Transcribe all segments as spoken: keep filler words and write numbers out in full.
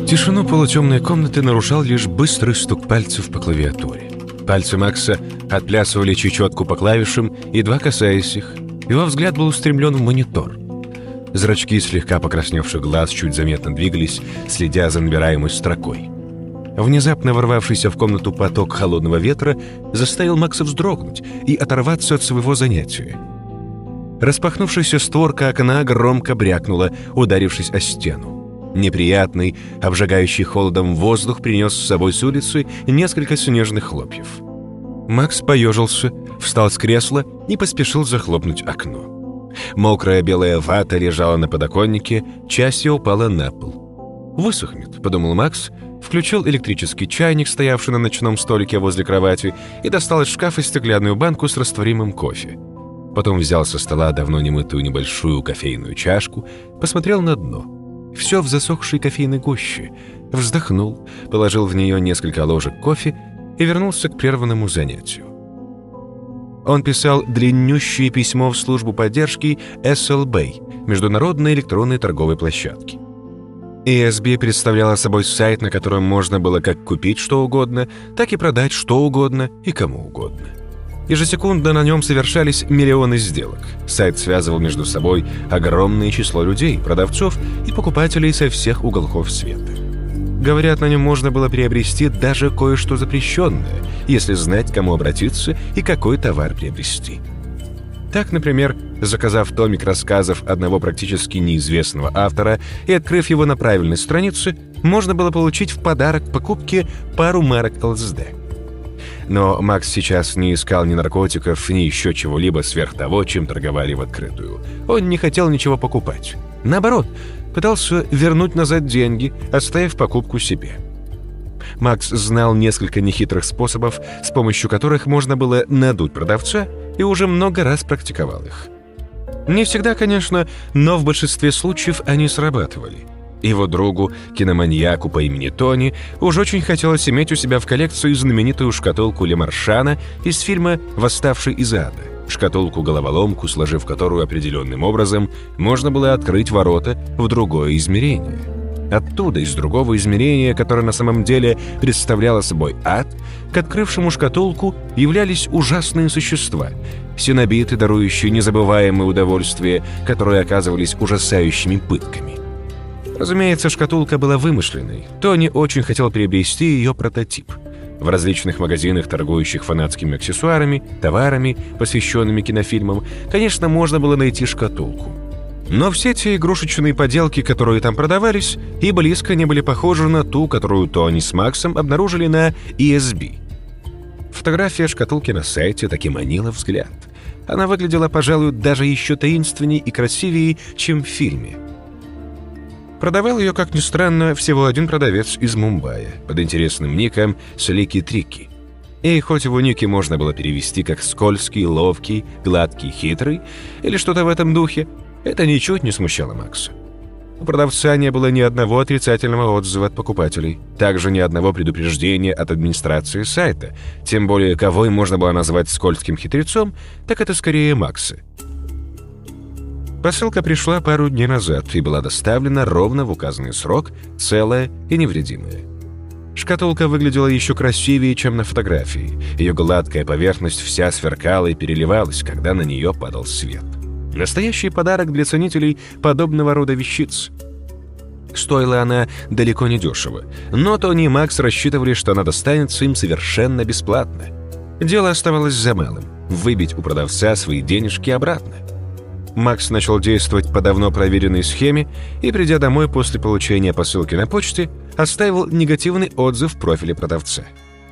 Тишину полутемной комнаты нарушал лишь быстрый стук пальцев по клавиатуре. Пальцы Макса отплясывали чечетку по клавишам, едва касаясь их. Его взгляд был устремлен в монитор. Зрачки слегка покрасневших глаз чуть заметно двигались, следя за набираемой строкой. Внезапно ворвавшийся в комнату поток холодного ветра заставил Макса вздрогнуть и оторваться от своего занятия. Распахнувшаяся створка окна громко брякнула, ударившись о стену. Неприятный, обжигающий холодом воздух принес с собой с улицы несколько снежных хлопьев. Макс поежился, встал с кресла и поспешил захлопнуть окно. Мокрая белая вата лежала на подоконнике, часть ее упала на пол. «Высохнет», — подумал Макс, включил электрический чайник, стоявший на ночном столике возле кровати, и достал из шкафа стеклянную банку с растворимым кофе. Потом взял со стола давно немытую небольшую кофейную чашку, посмотрел на дно. Все в засохшей кофейной гуще. Вздохнул, положил в нее несколько ложек кофе и вернулся к прерванному занятию. Он писал длиннющее письмо в службу поддержки эс эл би, Международной электронной торговой площадки. и эс би представляла собой сайт, на котором можно было как купить что угодно, так и продать что угодно и кому угодно. Ежесекундно на нем совершались миллионы сделок. Сайт связывал между собой огромное число людей, продавцов и покупателей со всех уголков света. Говорят, на нем можно было приобрести даже кое-что запрещенное, если знать, к кому обратиться и какой товар приобрести. Так, например, заказав томик рассказов одного практически неизвестного автора и открыв его на правильной странице, можно было получить в подарок к покупке пару марок эл эс дэ. Но Макс сейчас не искал ни наркотиков, ни еще чего-либо сверх того, чем торговали в открытую. Он не хотел ничего покупать. Наоборот, пытался вернуть назад деньги, оставив покупку себе. Макс знал несколько нехитрых способов, с помощью которых можно было надуть продавца, и уже много раз практиковал их. Не всегда, конечно, но в большинстве случаев они срабатывали. Его другу, киноманьяку по имени Тони, уж очень хотелось иметь у себя в коллекции знаменитую шкатулку Ле Маршана из фильма «Восставший из ада». Шкатулку-головоломку, сложив которую определенным образом, можно было открыть ворота в другое измерение. Оттуда, из другого измерения, которое на самом деле представляло собой ад, к открывшему шкатулку являлись ужасные существа, синобиты, дарующие незабываемые удовольствия, которые оказывались ужасающими пытками. Разумеется, шкатулка была вымышленной. Тони очень хотел приобрести ее прототип. В различных магазинах, торгующих фанатскими аксессуарами, товарами, посвященными кинофильмам, конечно, можно было найти шкатулку. Но все те игрушечные поделки, которые там продавались, и близко не были похожи на ту, которую Тони с Максом обнаружили на и эс би. Фотография шкатулки на сайте таки манила взгляд. Она выглядела, пожалуй, даже еще таинственнее и красивее, чем в фильме. Продавал ее, как ни странно, всего один продавец из Мумбаи под интересным ником Слики Трики. И хоть его ники можно было перевести как «скользкий», «ловкий», «гладкий», «хитрый» или что-то в этом духе, это ничуть не смущало Макса. У продавца не было ни одного отрицательного отзыва от покупателей, также ни одного предупреждения от администрации сайта, тем более кого им можно было назвать скользким хитрецом, так это скорее Макса. Посылка пришла пару дней назад и была доставлена ровно в указанный срок, целая и невредимая. Шкатулка выглядела еще красивее, чем на фотографии. Ее гладкая поверхность вся сверкала и переливалась, когда на нее падал свет. Настоящий подарок для ценителей подобного рода вещиц. Стоила она далеко не дешево, но Тони и Макс рассчитывали, что она достанется им совершенно бесплатно. Дело оставалось за малым – выбить у продавца свои денежки обратно. Макс начал действовать по давно проверенной схеме и, придя домой после получения посылки на почте, оставил негативный отзыв в профиле продавца.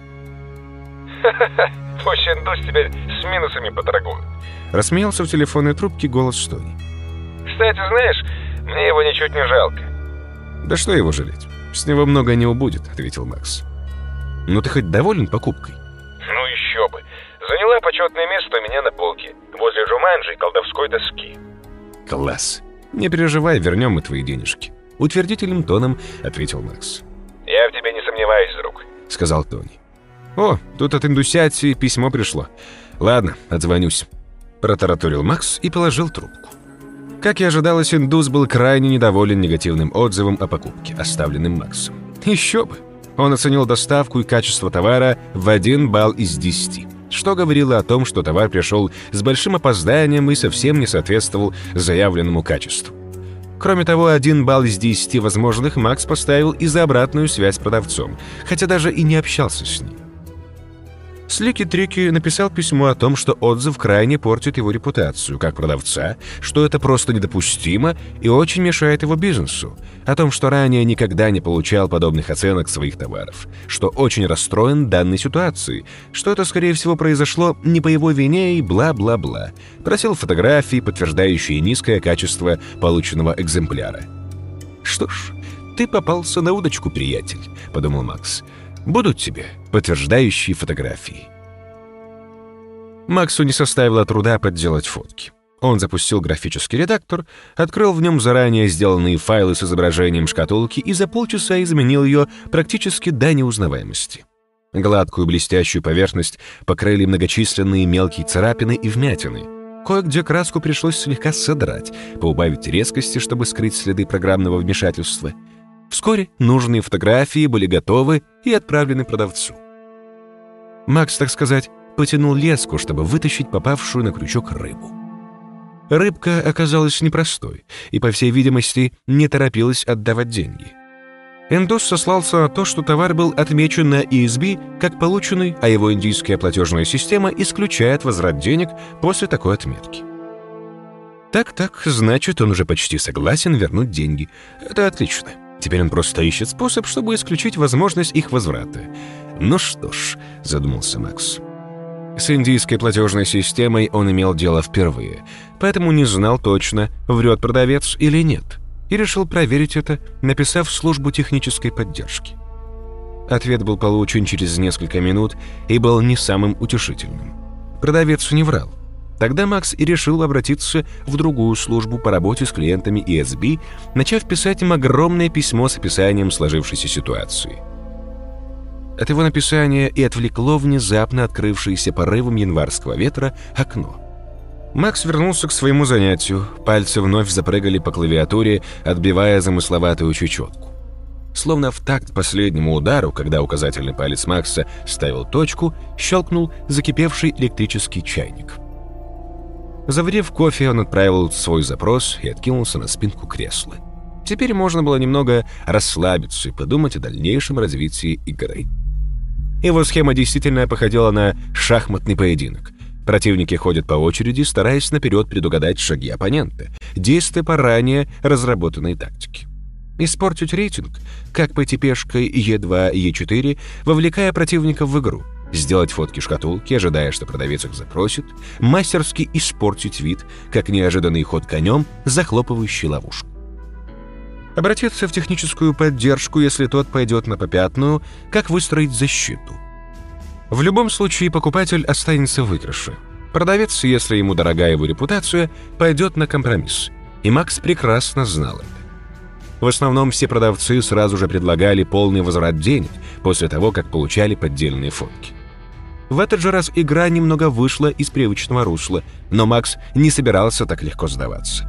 «Ха-ха-ха, пусть индус теперь с минусами поторгует», — рассмеялся в телефонной трубке голос Тони. «Кстати, знаешь, мне его ничуть не жалко». «Да что его жалеть? С него много не убудет», — ответил Макс. «Ну ты хоть доволен покупкой?» «Ну еще бы. Заняла почетное место у меня на полке, возле Джуманджи и колдовской доски». «Класс. Не переживай, вернем мы твои денежки», — утвердительным тоном ответил Макс. «Я в тебе не сомневаюсь, друг», — сказал Тони. «О, тут от индусяти письмо пришло. Ладно, отзвонюсь», — протараторил Макс и положил трубку. Как и ожидалось, индус был крайне недоволен негативным отзывом о покупке, оставленным Максом. Еще бы. Он оценил доставку и качество товара в один балл из десяти, что говорило о том, что товар пришел с большим опозданием и совсем не соответствовал заявленному качеству. Кроме того, один балл из десяти возможных Макс поставил и за обратную связь с продавцом, хотя даже и не общался с ним. Слики-трики написал письмо о том, что отзыв крайне портит его репутацию как продавца, что это просто недопустимо и очень мешает его бизнесу, о том, что ранее никогда не получал подобных оценок своих товаров, что очень расстроен данной ситуацией, что это, скорее всего, произошло не по его вине и бла-бла-бла. Просил фотографии, подтверждающие низкое качество полученного экземпляра. «Что ж, ты попался на удочку, приятель», — подумал Макс. «Будут тебе подтверждающие фотографии». Максу не составило труда подделать фотки. Он запустил графический редактор, открыл в нем заранее сделанные файлы с изображением шкатулки и за полчаса изменил ее практически до неузнаваемости. Гладкую блестящую поверхность покрыли многочисленные мелкие царапины и вмятины. Кое-где краску пришлось слегка содрать, поубавить резкости, чтобы скрыть следы программного вмешательства. Вскоре нужные фотографии были готовы и отправлены продавцу. Макс, так сказать, потянул леску, чтобы вытащить попавшую на крючок рыбу. Рыбка оказалась непростой и, по всей видимости, не торопилась отдавать деньги. Индус сослался на то, что товар был отмечен на и эс би как полученный, а его индийская платежная система исключает возврат денег после такой отметки. Так-так, значит, он уже почти согласен вернуть деньги. Это отлично. Теперь он просто ищет способ, чтобы исключить возможность их возврата. Ну что ж, задумался Макс. С индийской платежной системой он имел дело впервые, поэтому не знал точно, врет продавец или нет, и решил проверить это, написав в службу технической поддержки. Ответ был получен через несколько минут и был не самым утешительным. Продавец не врал. Тогда Макс и решил обратиться в другую службу по работе с клиентами и эс би, начав писать им огромное письмо с описанием сложившейся ситуации. От его написания и отвлекло внезапно открывшееся порывом январского ветра окно. Макс вернулся к своему занятию, пальцы вновь запрыгали по клавиатуре, отбивая замысловатую чечетку. Словно в такт последнему удару, когда указательный палец Макса ставил точку, щелкнул закипевший электрический чайник. Заварив кофе, он отправил свой запрос и откинулся на спинку кресла. Теперь можно было немного расслабиться и подумать о дальнейшем развитии игры. Его схема действительно походила на шахматный поединок. Противники ходят по очереди, стараясь наперед предугадать шаги оппонента, действуя по ранее разработанной тактике. Испортить рейтинг, как пойти пешкой е два, е четыре, вовлекая противников в игру. Сделать фотки шкатулки, ожидая, что продавец их запросит, мастерски испортить вид, как неожиданный ход конем, захлопывающий ловушку. Обратиться в техническую поддержку, если тот пойдет на попятную, как выстроить защиту. В любом случае покупатель останется в выигрыше. Продавец, если ему дорога его репутация, пойдет на компромисс. И Макс прекрасно знал это. В основном все продавцы сразу же предлагали полный возврат денег после того, как получали поддельные фотки. В этот же раз игра немного вышла из привычного русла, но Макс не собирался так легко сдаваться.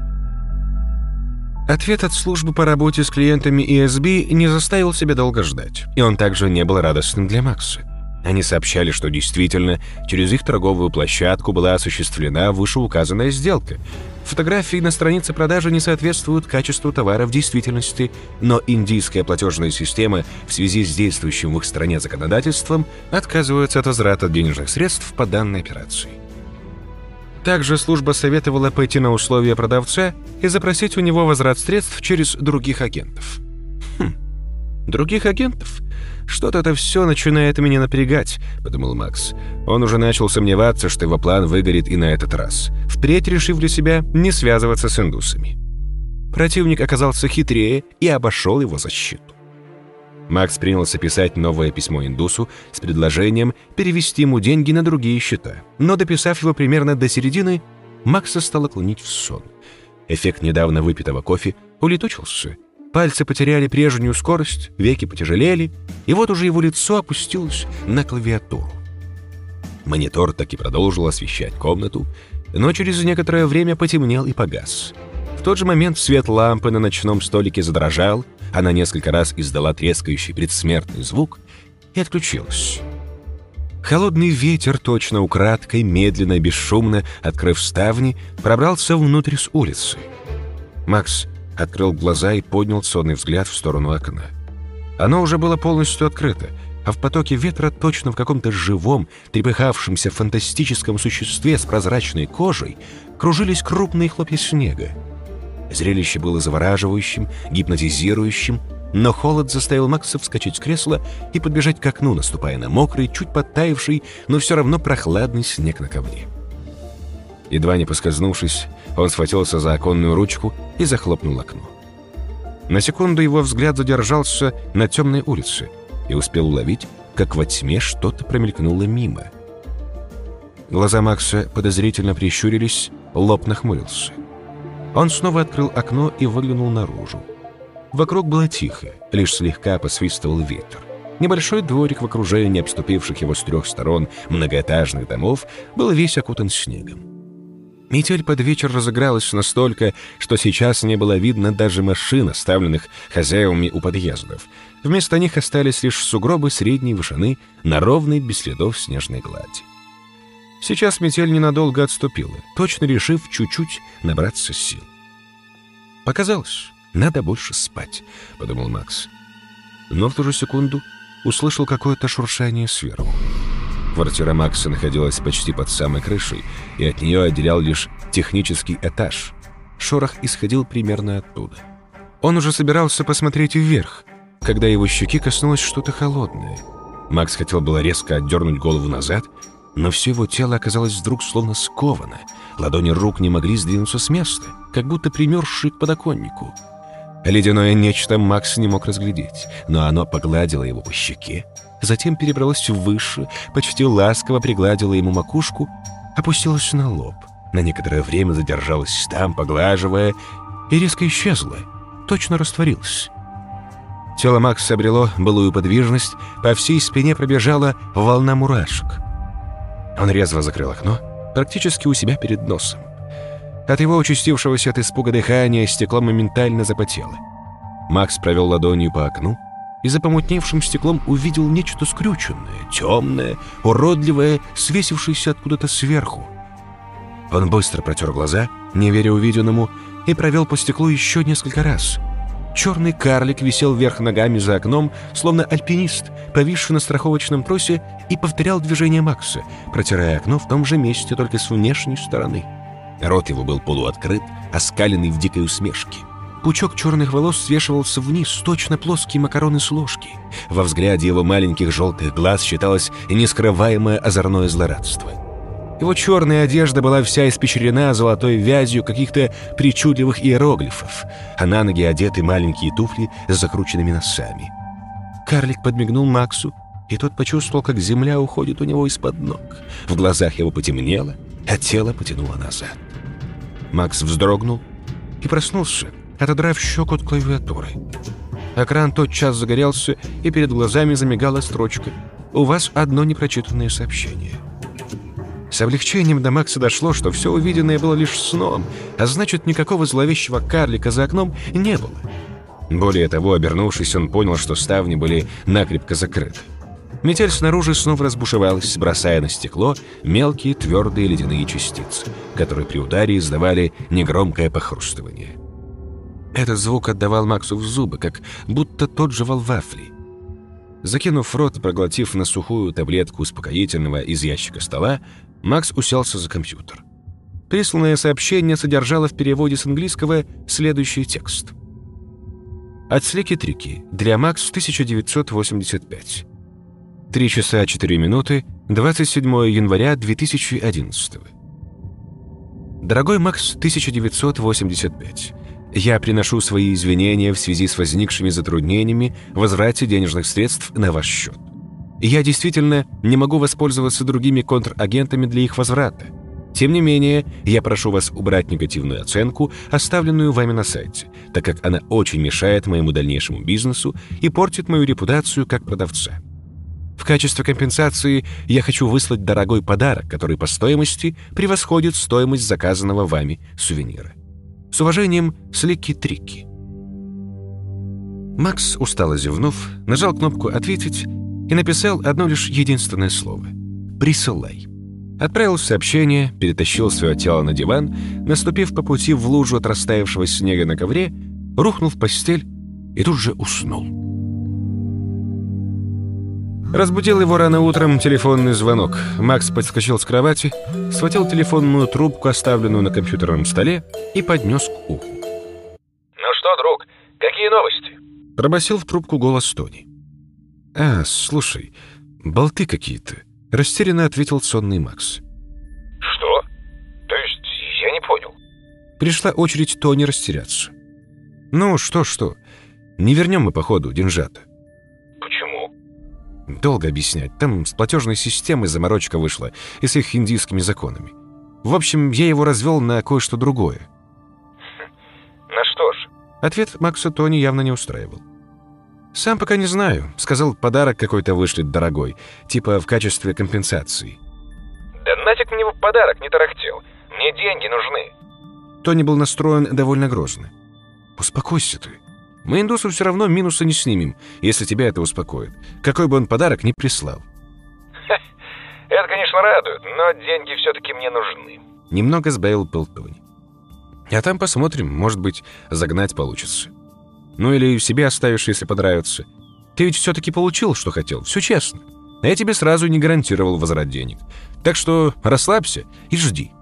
Ответ от службы по работе с клиентами и эс би не заставил себя долго ждать, и он также не был радостным для Макса. Они сообщали, что действительно через их торговую площадку была осуществлена вышеуказанная сделка. Фотографии на странице продажи не соответствуют качеству товара в действительности, но индийская платежная система в связи с действующим в их стране законодательством отказывается от возврата денежных средств по данной операции. Также служба советовала пойти на условия продавца и запросить у него возврат средств через других агентов. Хм, других агентов? «Что-то это все начинает меня напрягать», — подумал Макс. Он уже начал сомневаться, что его план выгорит и на этот раз, впредь решив для себя не связываться с индусами. Противник оказался хитрее и обошел его защиту. Макс принялся писать новое письмо индусу с предложением перевести ему деньги на другие счета, но, дописав его примерно до середины, Макса стало клонить в сон. Эффект недавно выпитого кофе улетучился. Пальцы потеряли прежнюю скорость, веки потяжелели, и вот уже его лицо опустилось на клавиатуру. Монитор так и продолжил освещать комнату, но через некоторое время потемнел и погас. В тот же момент свет лампы на ночном столике задрожал, она несколько раз издала трескающий предсмертный звук и отключилась. Холодный ветер, точно украдкой, медленно и бесшумно, открыв ставни, пробрался внутрь с улицы. Макс открыл глаза и поднял сонный взгляд в сторону окна. Оно уже было полностью открыто, а в потоке ветра, точно в каком-то живом, трепыхавшемся фантастическом существе с прозрачной кожей, кружились крупные хлопья снега. Зрелище было завораживающим, гипнотизирующим, но холод заставил Макса вскочить с кресла и подбежать к окну, наступая на мокрый, чуть подтаявший, но все равно прохладный снег на ковре. Едва не поскользнувшись, он схватился за оконную ручку и захлопнул окно. На секунду его взгляд задержался на темной улице и успел уловить, как во тьме что-то промелькнуло мимо. Глаза Макса подозрительно прищурились, лоб нахмурился. Он снова открыл окно и выглянул наружу. Вокруг было тихо, лишь слегка посвистывал ветер. Небольшой дворик в окружении обступивших его с трех сторон многоэтажных домов был весь окутан снегом. Метель под вечер разыгралась настолько, что сейчас не было видно даже машин, оставленных хозяевами у подъездов. Вместо них остались лишь сугробы средней вышины на ровной, без следов снежной глади. Сейчас метель ненадолго отступила, точно решив чуть-чуть набраться сил. «Показалось, надо больше спать», — подумал Макс. Но в ту же секунду услышал какое-то шуршание сверху. Квартира Макса находилась почти под самой крышей, и от нее отделял лишь технический этаж. Шорох исходил примерно оттуда. Он уже собирался посмотреть вверх, когда его щеки коснулось что-то холодное. Макс хотел было резко отдернуть голову назад, но все его тело оказалось вдруг словно сковано. Ладони рук не могли сдвинуться с места, как будто примерзшие к подоконнику. Ледяное нечто Макс не мог разглядеть, но оно погладило его по щеке, затем перебралось выше, почти ласково пригладило ему макушку, опустилось на лоб, на некоторое время задержалось там, поглаживая, и резко исчезло, точно растворилось. Тело Макса обрело былую подвижность, по всей спине пробежала волна мурашек. Он резво закрыл окно, практически у себя перед носом. От его участившегося от испуга дыхания стекло моментально запотело. Макс провел ладонью по окну и за помутневшим стеклом увидел нечто скрюченное, темное, уродливое, свесившееся откуда-то сверху. Он быстро протер глаза, не веря увиденному, и провел по стеклу еще несколько раз. Черный карлик висел вверх ногами за окном, словно альпинист, повисший на страховочном тросе, и повторял движение Макса, протирая окно в том же месте, только с внешней стороны. Рот его был полуоткрыт, оскаленный в дикой усмешке. Пучок черных волос свешивался вниз, точно плоские макароны с ложки. Во взгляде его маленьких желтых глаз читалось нескрываемое озорное злорадство. Его черная одежда была вся испещрена золотой вязью каких-то причудливых иероглифов, а на ноги одеты маленькие туфли с закрученными носами. Карлик подмигнул Максу, и тот почувствовал, как земля уходит у него из-под ног. В глазах его потемнело, а тело потянуло назад. Макс вздрогнул и проснулся, отодрав щеку от клавиатуры. Экран тотчас загорелся, и перед глазами замигала строчка: «У вас одно непрочитанное сообщение». С облегчением до Макса дошло, что все увиденное было лишь сном, а значит, никакого зловещего карлика за окном не было. Более того, обернувшись, он понял, что ставни были накрепко закрыты. Метель снаружи снова разбушевалась, бросая на стекло мелкие твердые ледяные частицы, которые при ударе издавали негромкое похрустывание. Этот звук отдавал Максу в зубы, как будто тот жевал вафли. Закинув рот и проглотив на сухую таблетку успокоительного из ящика стола, Макс уселся за компьютер. Присланное сообщение содержало в переводе с английского следующий текст. От Слеки-Трики для Макс тысяча девятьсот восемьдесят пять. три часа четыре минуты, двадцать седьмого января две тысячи одиннадцатого. Дорогой Макс тысяча девятьсот восемьдесят пять, я приношу свои извинения в связи с возникшими затруднениями в возврате денежных средств на ваш счет. Я действительно не могу воспользоваться другими контрагентами для их возврата. Тем не менее, я прошу вас убрать негативную оценку, оставленную вами на сайте, так как она очень мешает моему дальнейшему бизнесу и портит мою репутацию как продавца. В качестве компенсации я хочу выслать дорогой подарок, который по стоимости превосходит стоимость заказанного вами сувенира. С уважением, Слеки-Трики. Макс, устало зевнув, нажал кнопку «Ответить» и написал одно лишь единственное слово — «Присылай». Отправил сообщение, перетащил свое тело на диван, наступив по пути в лужу от растаявшего снега на ковре, рухнул в постель и тут же уснул. Разбудил его рано утром телефонный звонок. Макс подскочил с кровати, схватил телефонную трубку, оставленную на компьютерном столе, и поднес к уху. «Ну что, друг, какие новости?» Пробасил в трубку голос Тони. «А, слушай, болты какие-то», — растерянно ответил сонный Макс. «Что? То есть я не понял?» Пришла очередь Тони растеряться. «Ну, что-что, не вернем мы, походу, деньжата». «Почему?» «Долго объяснять. Там с платежной системой заморочка вышла и с их индийскими законами. В общем, я его развел на кое-что другое». «На что ж?» Ответ Макса Тони явно не устраивал. «Сам пока не знаю. Сказал, подарок какой-то вышлет дорогой, типа в качестве компенсации». «Да нафиг мне его подарок не тарахтел. Мне деньги нужны». Тони был настроен довольно грозно. «Успокойся ты. Мы индусу все равно минуса не снимем, если тебя это успокоит. Какой бы он подарок ни прислал». Ха, это, конечно, радует, но деньги все-таки мне нужны. Немного сбавил пыл Тони. «А там посмотрим, может быть, загнать получится. Ну или себе оставишь, если понравится. Ты ведь все-таки получил, что хотел, все честно. А я тебе сразу не гарантировал возврат денег. Так что расслабься и жди».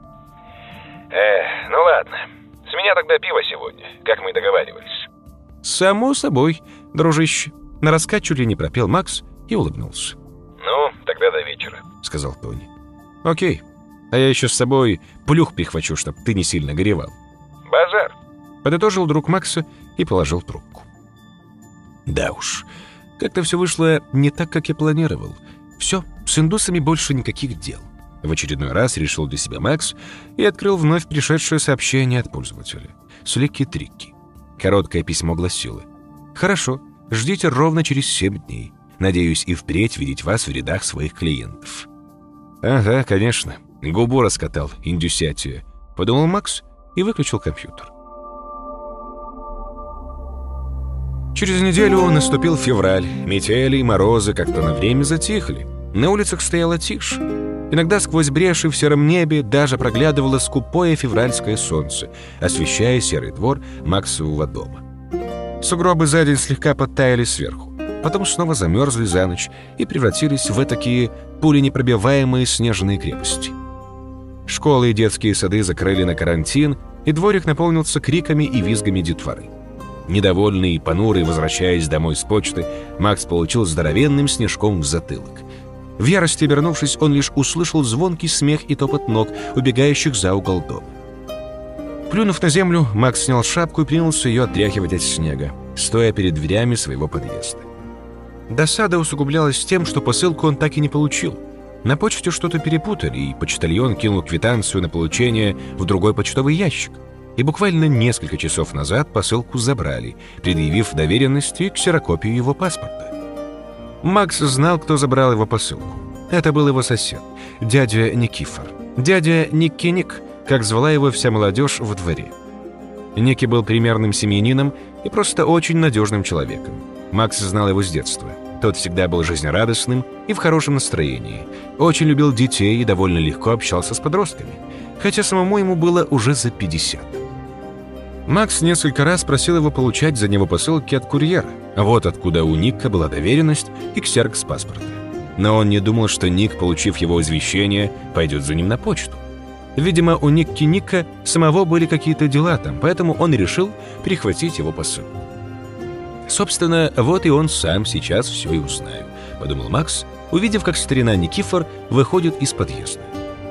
Эх, ну ладно. С меня тогда пиво сегодня, как мы и договаривались. «Само собой, дружище», — на раскат чуть ли не пропел Макс и улыбнулся. «Ну, тогда до вечера», — сказал Тони. «Окей, а я еще с собой плюх прихвачу, чтоб ты не сильно горевал». «Базар», — подытожил друг Макса и положил трубку. Да уж, как-то все вышло не так, как я планировал. Все, с индусами больше никаких дел. В очередной раз решил для себя Макс и открыл вновь пришедшее сообщение от пользователя. Слики-трики. Короткое письмо гласило: «Хорошо, ждите ровно через семь дней. Надеюсь и впредь видеть вас в рядах своих клиентов». «Ага, конечно, губу раскатал, индюсятия», — подумал Макс и выключил компьютер. Через неделю наступил февраль. Метели и морозы как-то на время затихли. На улицах стояло тише. Иногда сквозь бреши в сером небе даже проглядывало скупое февральское солнце, освещая серый двор Максового дома. Сугробы за день слегка подтаяли сверху, потом снова замерзли за ночь и превратились в такие пуленепробиваемые снежные крепости. Школы и детские сады закрыли на карантин, и дворик наполнился криками и визгами детворы. Недовольный и понурый, возвращаясь домой с почты, Макс получил здоровенным снежком в затылок. В ярости обернувшись, он лишь услышал звонкий смех и топот ног, убегающих за угол дома. Плюнув на землю, Макс снял шапку и принялся ее отряхивать от снега, стоя перед дверями своего подъезда. Досада усугублялась тем, что посылку он так и не получил. На почте что-то перепутали, и почтальон кинул квитанцию на получение в другой почтовый ящик. И буквально несколько часов назад посылку забрали, предъявив доверенность и ксерокопию его паспорта. Макс знал, кто забрал его посылку. Это был его сосед, дядя Никифор. Дядя Никки-Ник, как звала его вся молодежь во дворе. Ники был примерным семьянином и просто очень надежным человеком. Макс знал его с детства. Тот всегда был жизнерадостным и в хорошем настроении. Очень любил детей и довольно легко общался с подростками, хотя самому ему было уже за пятьдесят. Макс несколько раз просил его получать за него посылки от курьера. Вот откуда у Ника была доверенность и ксерокс паспорта. Но он не думал, что Ник, получив его извещение, пойдет за ним на почту. Видимо, у Никки Ника самого были какие-то дела там, поэтому он решил перехватить его посылку. Собственно, вот и он сам сейчас все и узнает, подумал Макс, увидев, как старина Никифор выходит из подъезда.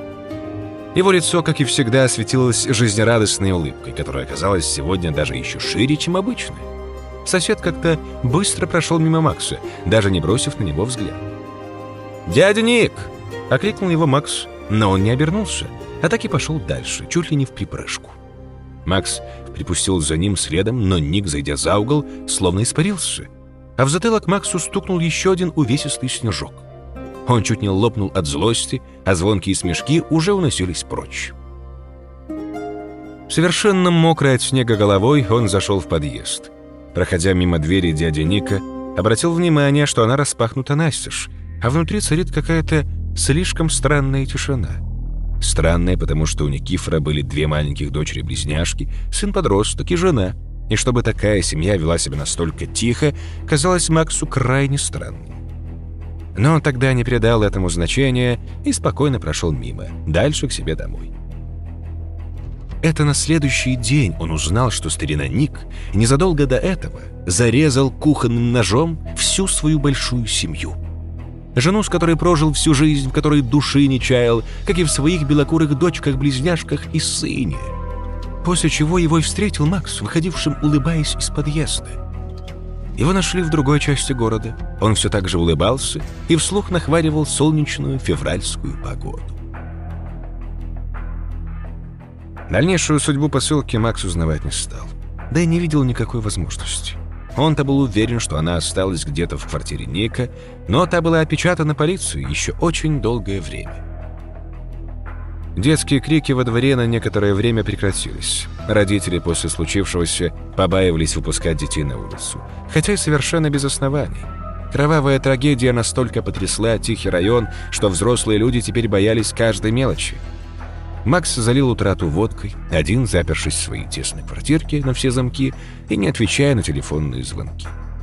Его лицо, как и всегда, осветилось жизнерадостной улыбкой, которая оказалась сегодня даже еще шире, чем обычно. Сосед как-то быстро прошел мимо Макса, даже не бросив на него взгляд. «Дядя Ник!» — окликнул его Макс, но он не обернулся, а так и пошел дальше, чуть ли не вприпрыжку. Макс припустил за ним следом, но Ник, зайдя за угол, словно испарился, а в затылок Максу стукнул еще один увесистый снежок. Он чуть не лопнул от злости, а звонкие смешки уже уносились прочь. Совершенно мокрый от снега головой, он зашел в подъезд. проходя мимо двери дяди Ника, обратил внимание, что она распахнута настежь, а внутри царит какая-то слишком странная тишина. Странная, потому что у Никифора были две маленьких дочери-близняшки, сын-подросток и жена, и чтобы такая семья вела себя настолько тихо, казалось Максу крайне странным. Но он тогда не придал этому значения и спокойно прошел мимо, дальше к себе домой. Это на следующий день он узнал, что старина Ник незадолго до этого зарезал кухонным ножом всю свою большую семью. Жену, с которой прожил всю жизнь, в которой души не чаял, как и в своих белокурых дочках-близняшках и сыне. После чего его и встретил Макс, выходившим, улыбаясь из подъезда. Его нашли в другой части города. Он все так же улыбался и вслух нахваливал солнечную февральскую погоду. Дальнейшую судьбу посылки Макс узнавать не стал. Да и не видел никакой возможности. Он-то был уверен, что она осталась где-то в квартире Ника, но та была опечатана полицией еще очень долгое время. Детские крики во дворе на некоторое время прекратились. Родители после случившегося побаивались выпускать детей на улицу, хотя и совершенно без оснований. Кровавая трагедия настолько потрясла тихий район, что взрослые люди теперь боялись каждой мелочи. Макс залил утрату водкой, один запершись в своей тесной квартирке на все замки и не отвечая на телефонные звонки.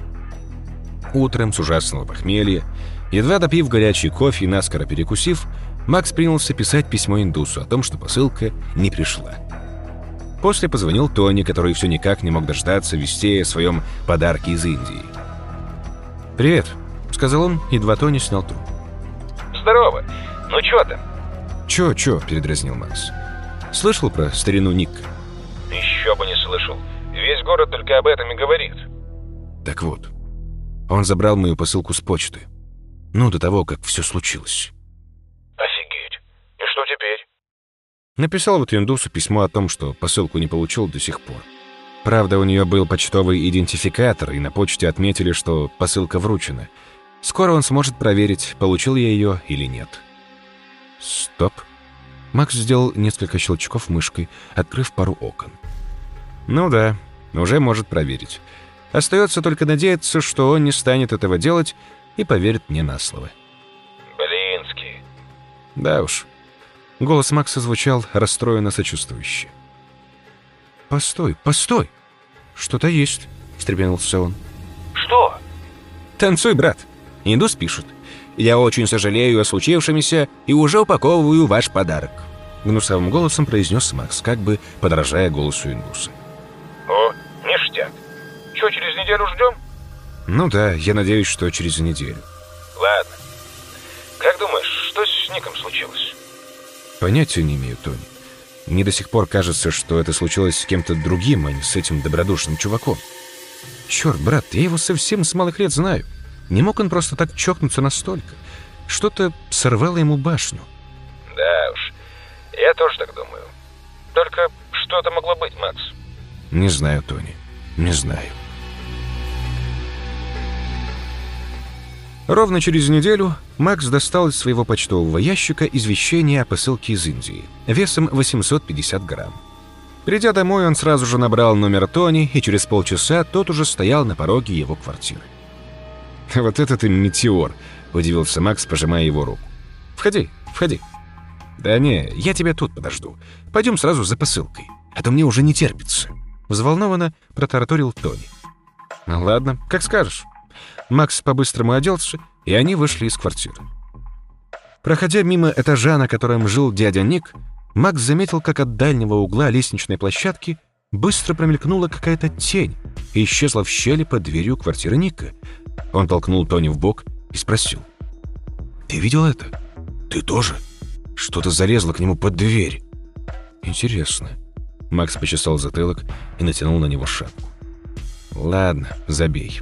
Утром с ужасного похмелья, едва допив горячий кофе и наскоро перекусив, Макс принялся писать письмо индусу о том, что посылка не пришла. После позвонил Тони, который все никак не мог дождаться вестей о своем подарке из Индии. «Привет», — сказал он, едва Тони снял трубку. «Здорово. Ну чё там?» «Чё, чё?» — передразнил Макс. «Слышал про старину Ника?» «Еще бы не слышал. Весь город только об этом и говорит». «Так вот, он забрал мою посылку с почты. Ну, до того, как все случилось». «Офигеть. И что теперь?» Написал вот индусу письмо о том, что посылку не получил до сих пор. Правда, у нее был почтовый идентификатор, и на почте отметили, что посылка вручена. Скоро он сможет проверить, получил я ее или нет». «Стоп». Макс сделал несколько щелчков мышкой, открыв пару окон. «Ну да, уже может проверить. Остается только надеяться, что он не станет этого делать и поверит мне на слово». «Блинский». «Да уж». Голос Макса звучал расстроенно сочувствующе. «Постой, постой! Что-то есть», — встрепенулся он. «Что?» «Танцуй, брат. Индус пишет. Я очень сожалею о случившемся и уже упаковываю ваш подарок», — гнусавым голосом произнес Макс, как бы подражая голосу индуса. «О, ништяк. Что, через неделю ждем?» «Ну да, я надеюсь, что через неделю». «Ладно. Как думаешь, что с Ником случилось?» «Понятия не имею, Тони. Мне до сих пор кажется, что это случилось с кем-то другим, а не с этим добродушным чуваком. Черт, брат, я его совсем с малых лет знаю. Не мог он просто так чокнуться настолько. Что-то сорвало ему башню». «Да уж, я тоже так думаю. Только что это могло быть, Макс?» «Не знаю, Тони, не знаю». Ровно через неделю Макс достал из своего почтового ящика извещение о посылке из Индии весом восемьсот пятьдесят грамм. Придя домой, он сразу же набрал номер Тони, и через полчаса тот уже стоял на пороге его квартиры. «Вот это ты метеор!» — удивился Макс, пожимая его руку. «Входи, входи». «Да не, я тебя тут подожду. Пойдем сразу за посылкой, а то мне уже не терпится». Взволнованно протараторил Тони. «Ну ладно, как скажешь». Макс по-быстрому оделся, и они вышли из квартиры. Проходя мимо этажа, на котором жил дядя Ник, Макс заметил, как от дальнего угла лестничной площадки быстро промелькнула какая-то тень и исчезла в щели под дверью квартиры Ника. Он толкнул Тони в бок и спросил: «Ты видел это? Ты тоже? Что-то залезло к нему под дверь». «Интересно». Макс почесал затылок и натянул на него шапку. «Ладно, забей».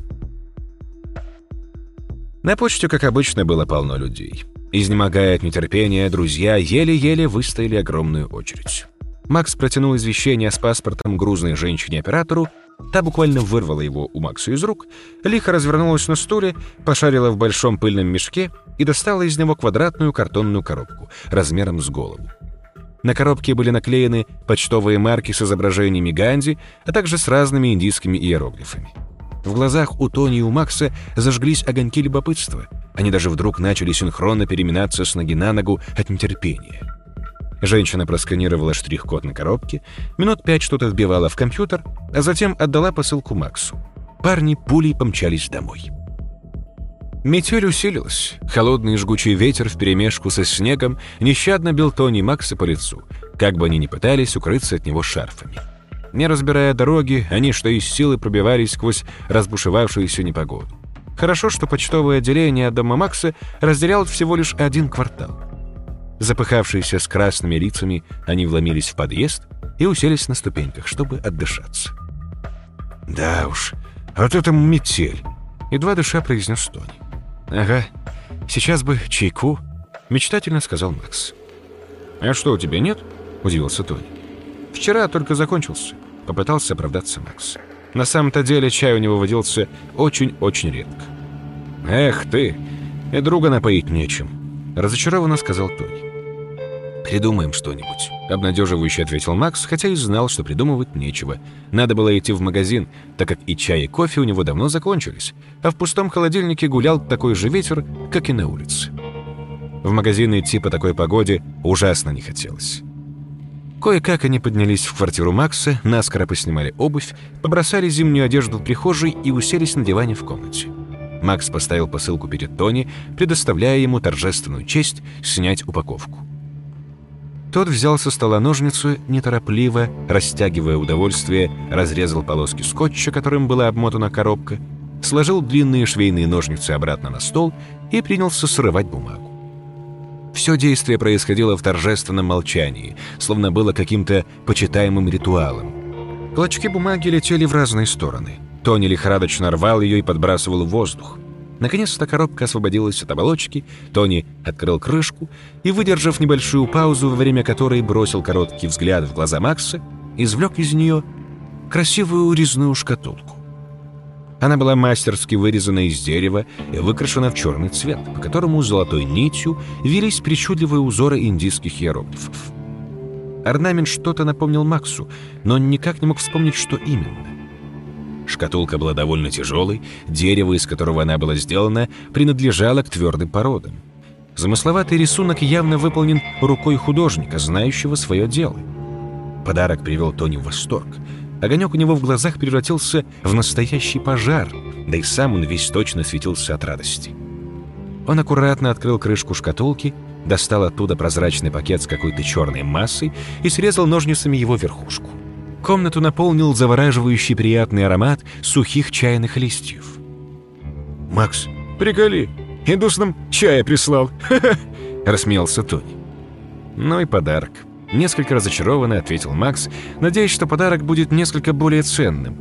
На почте, как обычно, было полно людей. Изнемогая от нетерпения, друзья еле-еле выстояли огромную очередь. Макс протянул извещение с паспортом грузной женщине-оператору, та буквально вырвала его у Макса из рук, лихо развернулась на стуле, пошарила в большом пыльном мешке и достала из него квадратную картонную коробку размером с голову. На коробке были наклеены почтовые марки с изображениями Ганди, а также с разными индийскими иероглифами. В глазах у Тони и у Макса зажглись огоньки любопытства. Они даже вдруг начали синхронно переминаться с ноги на ногу от нетерпения. Женщина просканировала штрих-код на коробке, минут пять что-то вбивала в компьютер, а затем отдала посылку Максу. Парни пулей помчались домой. Метель усилилась. Холодный жгучий ветер вперемешку со снегом нещадно бил Тони и Макса по лицу, как бы они ни пытались укрыться от него шарфами. Не разбирая дороги, они что из силы пробивались сквозь разбушевавшуюся непогоду. Хорошо, что почтовое отделение от дома Макса разделял всего лишь один квартал. Запыхавшиеся с красными лицами, они вломились в подъезд и уселись на ступеньках, чтобы отдышаться. «Да уж, вот это метель!» — едва дыша произнес Тони. «Ага, сейчас бы чайку», — мечтательно сказал Макс. «А что, у тебя нет?» — удивился Тони. «Вчера только закончился», — попытался оправдаться Макс. На самом-то деле чай у него водился очень-очень редко. «Эх ты, и друга напоить нечем», — разочарованно сказал Тони. «Придумаем что-нибудь», — обнадеживающе ответил Макс, хотя и знал, что придумывать нечего. Надо было идти в магазин, так как и чай, и кофе у него давно закончились, а в пустом холодильнике гулял такой же ветер, как и на улице. В магазин идти по такой погоде ужасно не хотелось. Кое-как они поднялись в квартиру Макса, наскоро поснимали обувь, побросали зимнюю одежду в прихожей и уселись на диване в комнате. Макс поставил посылку перед Тони, предоставляя ему торжественную честь снять упаковку. Тот взял со стола ножницы, неторопливо, растягивая удовольствие, разрезал полоски скотча, которым была обмотана коробка, сложил длинные швейные ножницы обратно на стол и принялся срывать бумагу. Все действие происходило в торжественном молчании, словно было каким-то почитаемым ритуалом. Клочки бумаги летели в разные стороны. Тони лихорадочно рвал ее и подбрасывал в воздух. Наконец-то коробка освободилась от оболочки, Тони открыл крышку и, выдержав небольшую паузу, во время которой бросил короткий взгляд в глаза Макса, извлек из нее красивую резную шкатулку. Она была мастерски вырезана из дерева и выкрашена в черный цвет, по которому золотой нитью вились причудливые узоры индийских иероглифов. Орнамент что-то напомнил Максу, но он никак не мог вспомнить, что именно. Шкатулка была довольно тяжелой, дерево, из которого она была сделана, принадлежало к твердым породам. Замысловатый рисунок явно выполнен рукой художника, знающего свое дело. Подарок привел Тони в восторг. Огонек у него в глазах превратился в настоящий пожар, да и сам он весь точно светился от радости. Он аккуратно открыл крышку шкатулки, достал оттуда прозрачный пакет с какой-то черной массой и срезал ножницами его верхушку. Комнату наполнил завораживающий приятный аромат сухих чайных листьев. «Макс, приколи, индус нам чая прислал!» — рассмеялся Тони. «Ну и подарок», — несколько разочарованно ответил Макс, надеясь, что подарок будет несколько более ценным.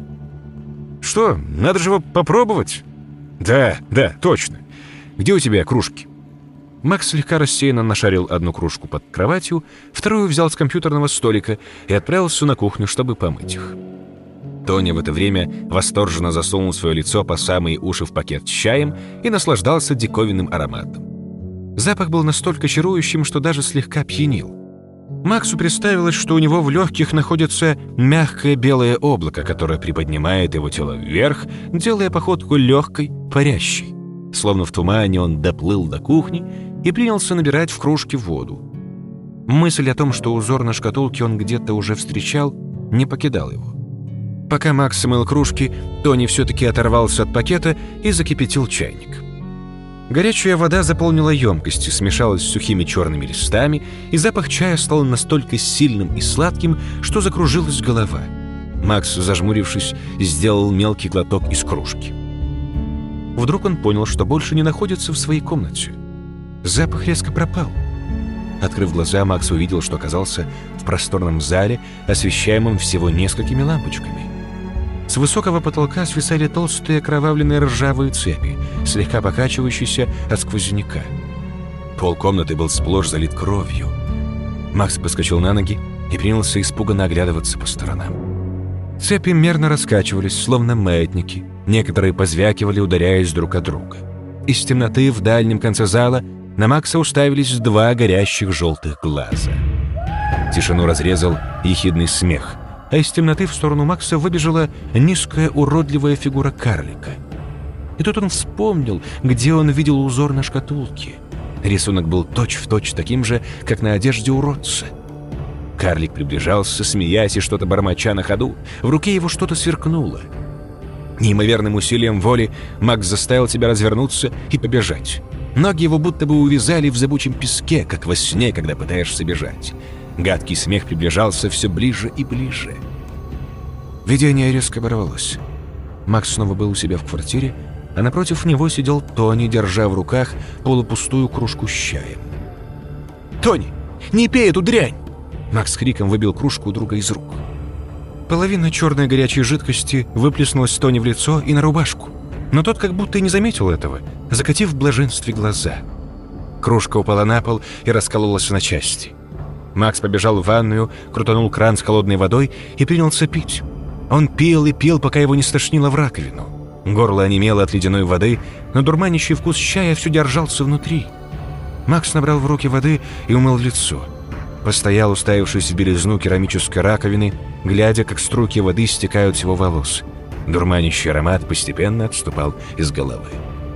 «Что, надо же его попробовать?» «Да, да, точно. Где у тебя кружки?» Макс слегка рассеянно нашарил одну кружку под кроватью, вторую взял с компьютерного столика и отправился на кухню, чтобы помыть их. Тони в это время восторженно засунул свое лицо по самые уши в пакет с чаем и наслаждался диковинным ароматом. Запах был настолько чарующим, что даже слегка пьянил. Максу представилось, что у него в легких находится мягкое белое облако, которое приподнимает его тело вверх, делая походку легкой, парящей. Словно в тумане он доплыл до кухни и принялся набирать в кружки воду. Мысль о том, что узор на шкатулке он где-то уже встречал, не покидал его. Пока Макс мыл кружки, Тони все-таки оторвался от пакета и закипятил чайник. Горячая вода заполнила емкость и смешалась с сухими черными листами, и запах чая стал настолько сильным и сладким, что закружилась голова. Макс, зажмурившись, сделал мелкий глоток из кружки. Вдруг он понял, что больше не находится в своей комнате. Запах резко пропал. Открыв глаза, Макс увидел, что оказался в просторном зале, освещаемом всего несколькими лампочками. С высокого потолка свисали толстые окровавленные ржавые цепи, слегка покачивающиеся от сквозняка. Пол комнаты был сплошь залит кровью. Макс подскочил на ноги и принялся испуганно оглядываться по сторонам. Цепи мерно раскачивались, словно маятники. Некоторые позвякивали, ударяясь друг от друга. Из темноты в дальнем конце зала на Макса уставились два горящих желтых глаза. Тишину разрезал ехидный смех, а из темноты в сторону Макса выбежала низкая уродливая фигура карлика. И тут он вспомнил, где он видел узор на шкатулке. Рисунок был точь-в-точь таким же, как на одежде уродца. Карлик приближался, смеясь и что-то бормоча на ходу. В руке его что-то сверкнуло. Неимоверным усилием воли Макс заставил себя развернуться и побежать. Ноги его будто бы увязали в зыбучем песке, как во сне, когда пытаешься бежать. Гадкий смех приближался все ближе и ближе. Видение резко оборвалось. Макс снова был у себя в квартире, а напротив него сидел Тони, держа в руках полупустую кружку с чаем. «Тони, не пей эту дрянь!» Макс с криком выбил кружку у друга из рук. Половина черной горячей жидкости выплеснулась Тони в лицо и на рубашку, но тот как будто и не заметил этого, закатив в блаженстве глаза. Кружка упала на пол и раскололась на части. Макс побежал в ванную, крутанул кран с холодной водой и принялся пить. Он пил и пил, пока его не стошнило в раковину. Горло онемело от ледяной воды, но дурманящий вкус чая все держался внутри. Макс набрал в руки воды и умыл лицо. Постоял, уставившись в белизну керамической раковины, глядя, как струйки воды стекают с его волос. Дурманящий аромат постепенно отступал из головы.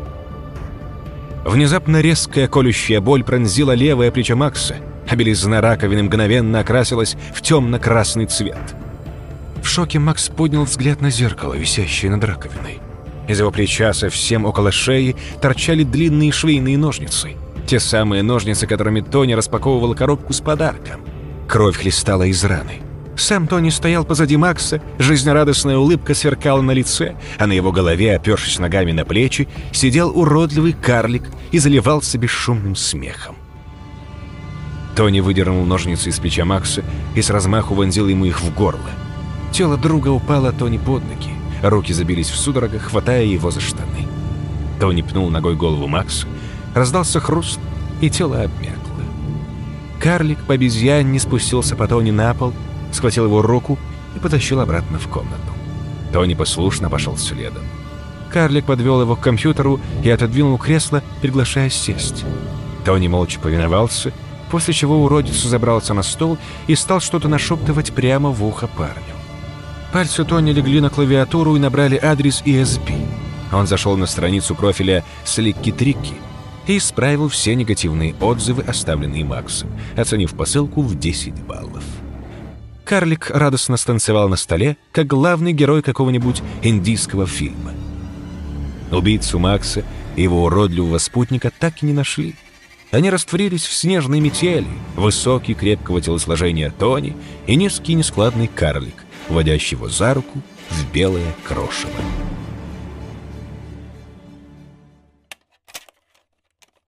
Внезапно резкая колющая боль пронзила левое плечо Макса, а белизна раковины мгновенно окрасилась в темно-красный цвет. В шоке Макс поднял взгляд на зеркало, висящее над раковиной. Из его плеча совсем около шеи торчали длинные швейные ножницы. Те самые ножницы, которыми Тони распаковывал коробку с подарком. Кровь хлестала из раны. Сам Тони стоял позади Макса, жизнерадостная улыбка сверкала на лице, а на его голове, опершись ногами на плечи, сидел уродливый карлик и заливался бесшумным смехом. Тони выдернул ножницы из плеча Макса и с размаху вонзил ему их в горло. Тело друга упало Тони под ноги, руки забились в судорогах, хватая его за штаны. Тони пнул ногой голову Макса, раздался хруст, и тело обмякло. Карлик по обезьянне спустился по Тони на пол, схватил его руку и потащил обратно в комнату. Тони послушно пошел следом. Карлик подвел его к компьютеру и отодвинул кресло, приглашая сесть. Тони молча повиновался, после чего уродец забрался на стол и стал что-то нашептывать прямо в ухо парню. Пальцы Тони легли на клавиатуру и набрали адрес и эс пи. Он зашел на страницу профиля «Сликки-трикки» и исправил все негативные отзывы, оставленные Максом, оценив посылку в десять баллов. Карлик радостно станцевал на столе, как главный герой какого-нибудь индийского фильма. Убийцу Макса и его уродливого спутника так и не нашли. Они растворились в снежной метели, высокий, крепкого телосложения Тони и низкий, нескладный карлик, водящий его за руку в белое крошево.